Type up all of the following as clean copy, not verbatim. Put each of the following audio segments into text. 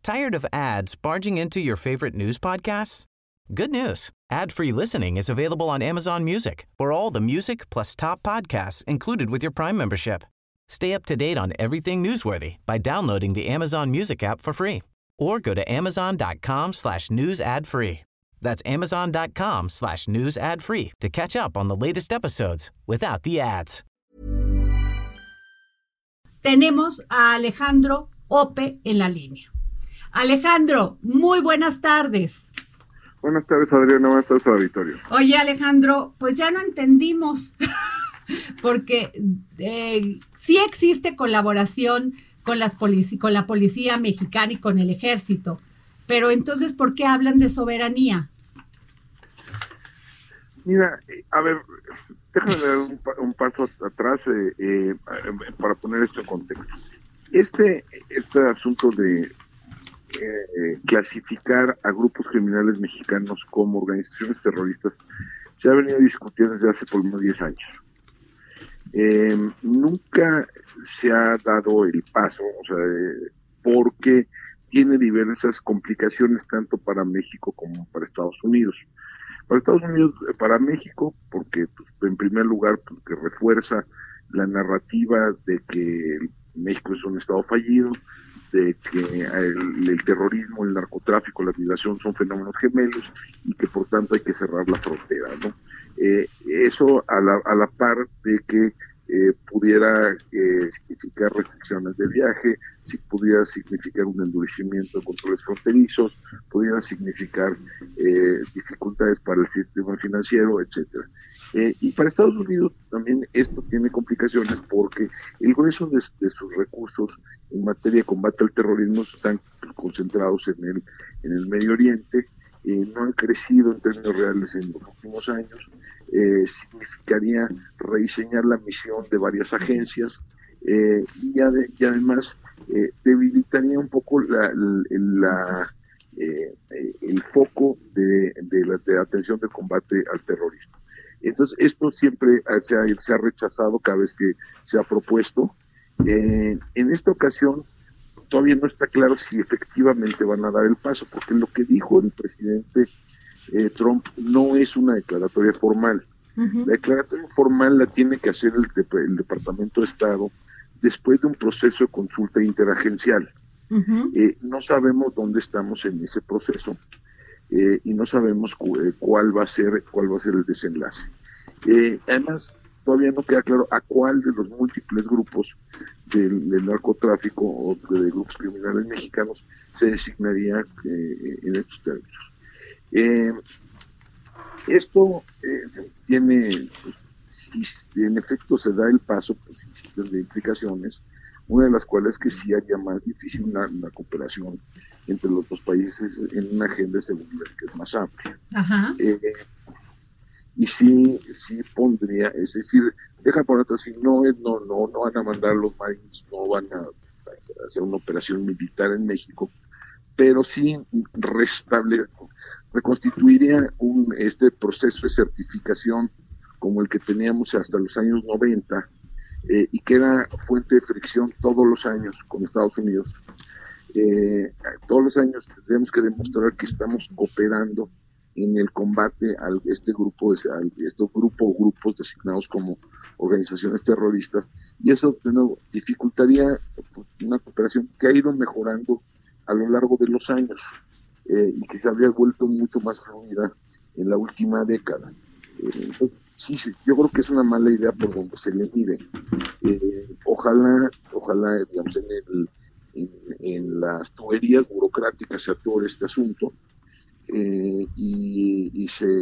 Tired of ads barging into your favorite news podcasts? Good news. Ad-free listening is available on Amazon Music for all the music plus top podcasts included with your Prime membership. Stay up to date on everything newsworthy by downloading the Amazon Music app for free or go to amazon.com/news ad free. That's amazon.com/news ad free to catch up on the latest episodes without the ads. Tenemos a Alejandro Ope en la línea. Alejandro, muy buenas tardes. Buenas tardes, Adriana. Buenas tardes, auditorio. Oye, Alejandro, pues ya no entendimos, porque sí existe colaboración con la policía mexicana y con el ejército, pero entonces, ¿por qué hablan de soberanía? Mira, a ver, déjame dar un paso atrás para poner esto en contexto. Este asunto de clasificar a grupos criminales mexicanos como organizaciones terroristas se ha venido discutiendo desde hace por lo menos 10 años. Nunca se ha dado el paso, porque tiene diversas complicaciones tanto para México como para Estados Unidos. Para México, porque pues, en primer lugar, porque refuerza la narrativa de que México es un estado fallido, de que el terrorismo, el narcotráfico, la migración son fenómenos gemelos y que por tanto hay que cerrar la frontera, ¿no? Eso a la par de que pudiera significar restricciones de viaje, si pudiera significar un endurecimiento de controles fronterizos, pudiera significar dificultades para el sistema financiero, etcétera. Y para Estados Unidos también esto tiene complicaciones porque el grueso de sus recursos en materia de combate al terrorismo están concentrados en el Medio Oriente, no han crecido en términos reales en los últimos años. Significaría rediseñar la misión de varias agencias y además debilitaría un poco el foco de atención del combate al terrorismo. Entonces esto siempre se ha rechazado cada vez que se ha propuesto. En esta ocasión todavía no está claro si efectivamente van a dar el paso, porque lo que dijo el presidente Trump no es una declaratoria formal. La declaratoria formal la tiene que hacer el Departamento de Estado después de un proceso de consulta interagencial. No sabemos dónde estamos en ese proceso y no sabemos cuál va a ser el desenlace. Además, todavía no queda claro a cuál de los múltiples grupos del narcotráfico o de grupos criminales mexicanos se designaría en estos términos. Esto tiene, pues, si en efecto se da el paso, pues existen implicaciones, una de las cuales es que sí haría más difícil una cooperación entre los dos países en una agenda de seguridad que es más amplia. Y sí pondría, es decir, deja por otro, si no van a mandar los Marines, no van a hacer una operación militar en México, pero sí reconstituiría este proceso de certificación como el que teníamos hasta los años 90 y que era fuente de fricción todos los años con Estados Unidos. Todos los años tenemos que demostrar que estamos cooperando en el combate a estos grupos designados como organizaciones terroristas, y eso de nuevo dificultaría una cooperación que ha ido mejorando a lo largo de los años y que se habría vuelto mucho más fluida en la última década. Sí, yo creo que es una mala idea por donde se le mide. Ojalá, digamos, en las tuberías burocráticas se atore este asunto y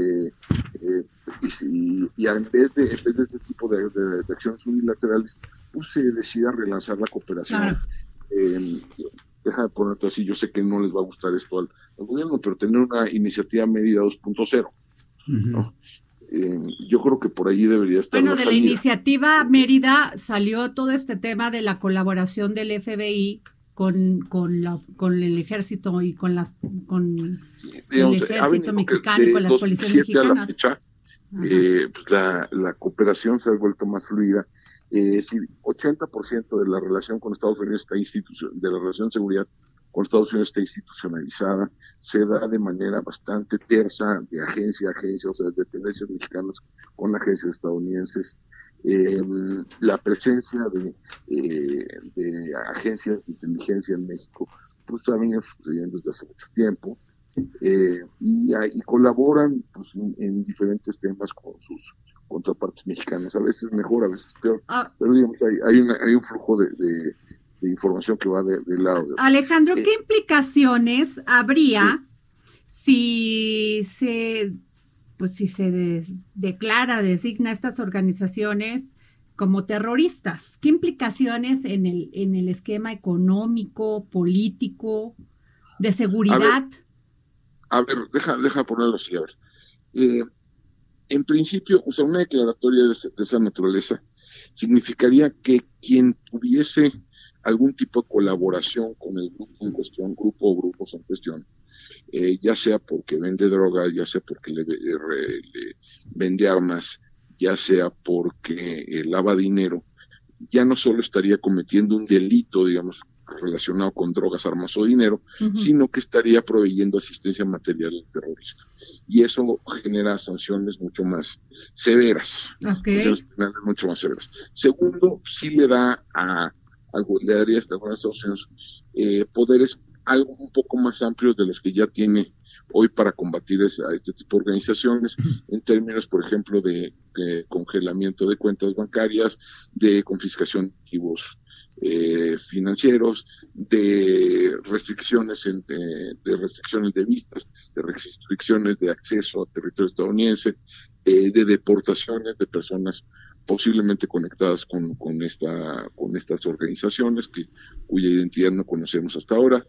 en vez de este tipo de acciones unilaterales, pues se decida relanzar la cooperación. Claro. Deja de ponerte así, yo sé que no les va a gustar esto al gobierno, pero tener una iniciativa Mérida 2.0, ¿no? Yo creo que por allí debería estar. Bueno, de la iniciativa Mérida salió todo este tema de la colaboración del FBI con el ejército y con el ejército mexicano y con las policías mexicanas. A la fecha, pues la cooperación se ha vuelto más fluida. 80% de la relación con Estados Unidos, de la relación de seguridad, con Estados Unidos está institucionalizada, se da de manera bastante tersa, de agencia a agencia, o sea, de dependencias mexicanas con agencias estadounidenses. La presencia de agencias de inteligencia en México, pues también es sucediendo desde hace mucho tiempo, y colaboran pues, en diferentes temas con sus contrapartes mexicanas, a veces mejor, a veces peor, pero digamos, hay un flujo de información que va del lado de Alejandro, ¿qué implicaciones habría si se designa estas organizaciones como terroristas? ¿Qué implicaciones en el esquema económico, político, de seguridad? A ver, deja ponerlo así, a ver. En principio, o sea, una declaratoria de esa naturaleza significaría que quien tuviese algún tipo de colaboración con el grupo en cuestión, grupo o grupos en cuestión, ya sea porque vende droga, ya sea porque le vende armas, ya sea porque lava dinero, ya no solo estaría cometiendo un delito, digamos, relacionado con drogas, armas o dinero, sino que estaría proveyendo asistencia material al terrorismo. Y eso genera sanciones mucho más severas. Sanciones penales mucho más severas. Segundo, sí le daría a Estados Unidos poderes algo un poco más amplios de los que ya tiene hoy para combatir a este tipo de organizaciones, en términos, por ejemplo, de congelamiento de cuentas bancarias, de confiscación de activos financieros, de restricciones de vistas, de restricciones de acceso a territorio estadounidense, de deportaciones de personas posiblemente conectadas con estas organizaciones cuya identidad no conocemos hasta ahora.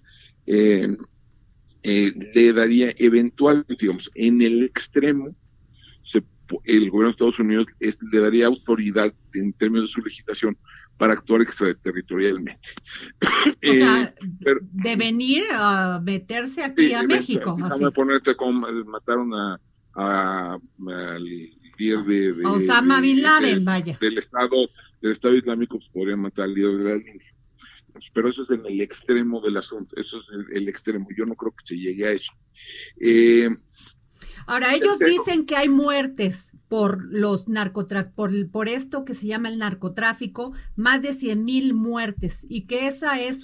Le daría eventualmente, digamos, en el extremo, el gobierno de Estados Unidos le daría autoridad en términos de su legislación para actuar extraterritorialmente. O sea, de venir a meterse aquí a México. Déjame ponerte como mataron al líder de Osama Bin Laden, vaya. Del Estado Islámico, pues podrían matar al líder de la línea. Pero eso es en el extremo del asunto, eso es el extremo, yo no creo que se llegue a eso. Ahora, ellos dicen que hay muertes por los por esto que se llama el narcotráfico, más de 100,000 muertes, y que esa es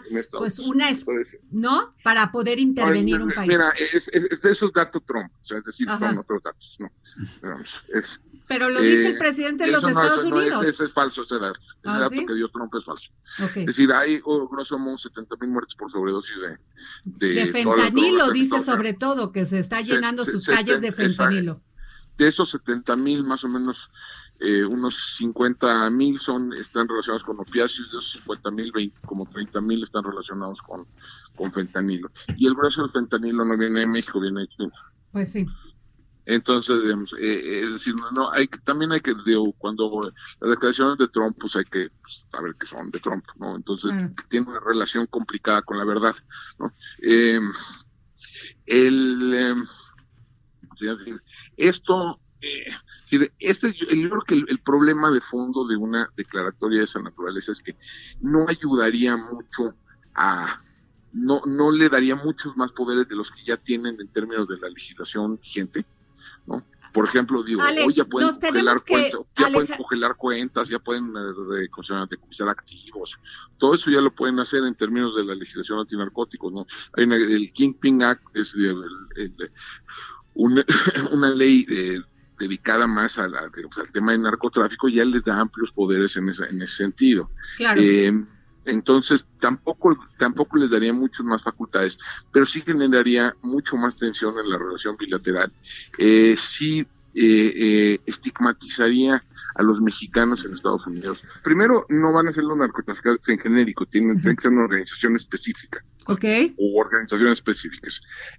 ¿no? Para poder intervenir un país. Mira, eso es dato Trump, o sea, es decir, son otros datos, no. Pero lo dice el presidente de los Estados Unidos. Ese es falso, ese dato. El dato que dio Trump es falso. Okay. Es decir, hay grosso modo 70,000 muertes por sobredosis de fentanilo, dice sobre todo, que se está llenando sus calles de fentanilo. De esos 70,000, más o menos, unos 50,000 están relacionados con opiáceos, de esos 50,000, como 30,000 están relacionados con fentanilo. Y el grueso del fentanilo no viene de México, viene de China. Pues sí. Entonces, digamos, es decir, también hay que, cuando las declaraciones de Trump, pues hay que saber que son de Trump, ¿no? Entonces, tiene una relación complicada con la verdad, ¿no? Yo creo que el problema de fondo de una declaratoria de esa naturaleza es que no ayudaría mucho no le daría muchos más poderes de los que ya tienen en términos de la legislación vigente, ¿no? Por ejemplo, Alex, hoy ya pueden congelar cuentas, ya pueden decomisar activos, todo eso ya lo pueden hacer en términos de la legislación antinarcóticos, ¿no? Hay el Kingpin Act, es una ley dedicada más al tema de narcotráfico, ya les da amplios poderes en ese sentido. Claro. Entonces tampoco les daría muchas más facultades, pero sí generaría mucho más tensión en la relación bilateral. Sí estigmatizaría a los mexicanos en Estados Unidos. Primero, no van a ser los narcotraficantes en genérico, tienen que ser una organización específica. Okay. O organizaciones específicas.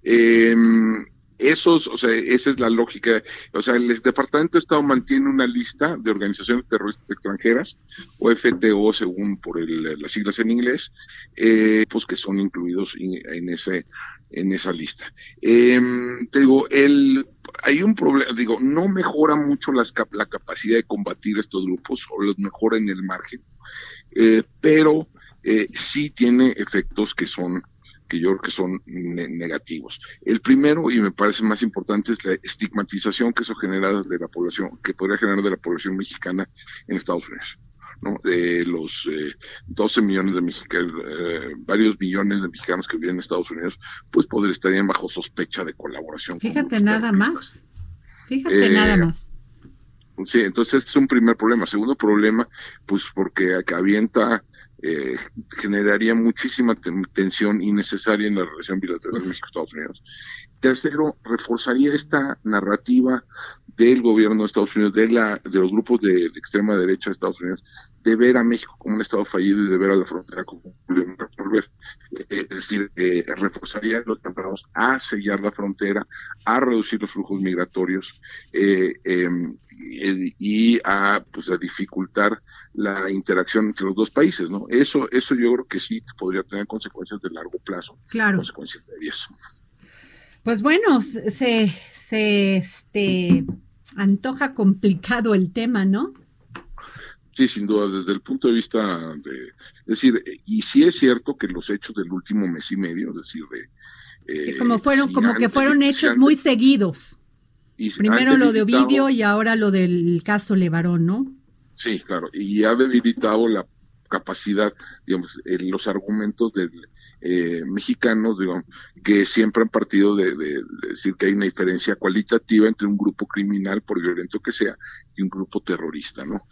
Esa es la lógica. O sea, el Departamento de Estado mantiene una lista de organizaciones terroristas extranjeras, o FTO según por las siglas en inglés, pues que son incluidos en esa lista. Te digo, hay un problema, no mejora mucho la capacidad de combatir estos grupos, o los mejora en el margen, pero sí tiene efectos que son que yo creo que son negativos. El primero, y me parece más importante, es la estigmatización que eso genera de la población, que podría generar de la población mexicana en Estados Unidos, ¿no? De los 12 millones de mexicanos, varios millones de mexicanos que viven en Estados Unidos, pues estarían bajo sospecha de colaboración. Fíjate nada más. Nada más. Sí, entonces este es un primer problema. Segundo problema, pues porque generaría muchísima tensión innecesaria en la relación bilateral México-Estados Unidos. Tercero, reforzaría esta narrativa del gobierno de Estados Unidos, de los grupos de extrema derecha de Estados Unidos, de ver a México como un estado fallido y de ver a la frontera como un problema a resolver. Es decir, reforzaría a los llamados a sellar la frontera, a reducir los flujos migratorios y a dificultar la interacción entre los dos países, ¿no? Eso yo creo que sí podría tener consecuencias de largo plazo. Claro. Consecuencias de eso. Pues bueno, se antoja complicado el tema, ¿no? Sí, sin duda, desde el punto de vista es decir, y sí es cierto que los hechos del último mes y medio, es decir, sí, que fueron hechos muy seguidos. Primero lo de Ovidio y ahora lo del caso Levarón, ¿no? Sí, claro, y ha debilitado la capacidad, digamos, los argumentos mexicanos, digamos, que siempre han partido de decir que hay una diferencia cualitativa entre un grupo criminal, por violento que sea, y un grupo terrorista, ¿no?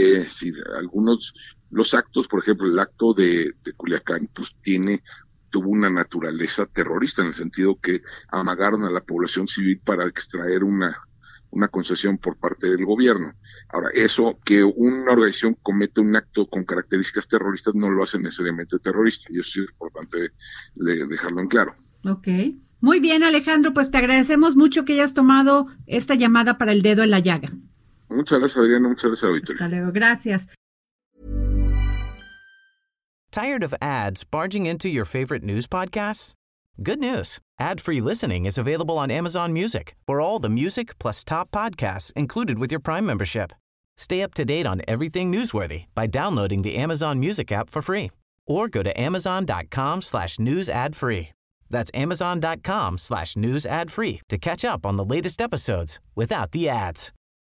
Los actos, por ejemplo, el acto de Culiacán, pues tuvo una naturaleza terrorista, en el sentido que amagaron a la población civil para extraer una concesión por parte del gobierno. Ahora, eso, que una organización comete un acto con características terroristas, no lo hace necesariamente terrorista, y eso es importante dejarlo en claro. Ok. Muy bien, Alejandro, pues te agradecemos mucho que hayas tomado esta llamada para El Dedo en la Llaga. Muchas gracias, Adriana, muchas gracias, auditorio. Hasta luego, gracias. Tired of ads barging into your favorite news podcasts? Good news. Ad-free listening is available on Amazon Music for all the music plus top podcasts included with your Prime membership. Stay up to date on everything newsworthy by downloading the Amazon Music app for free or go to amazon.com/news ad free. That's amazon.com/news ad free to catch up on the latest episodes without the ads.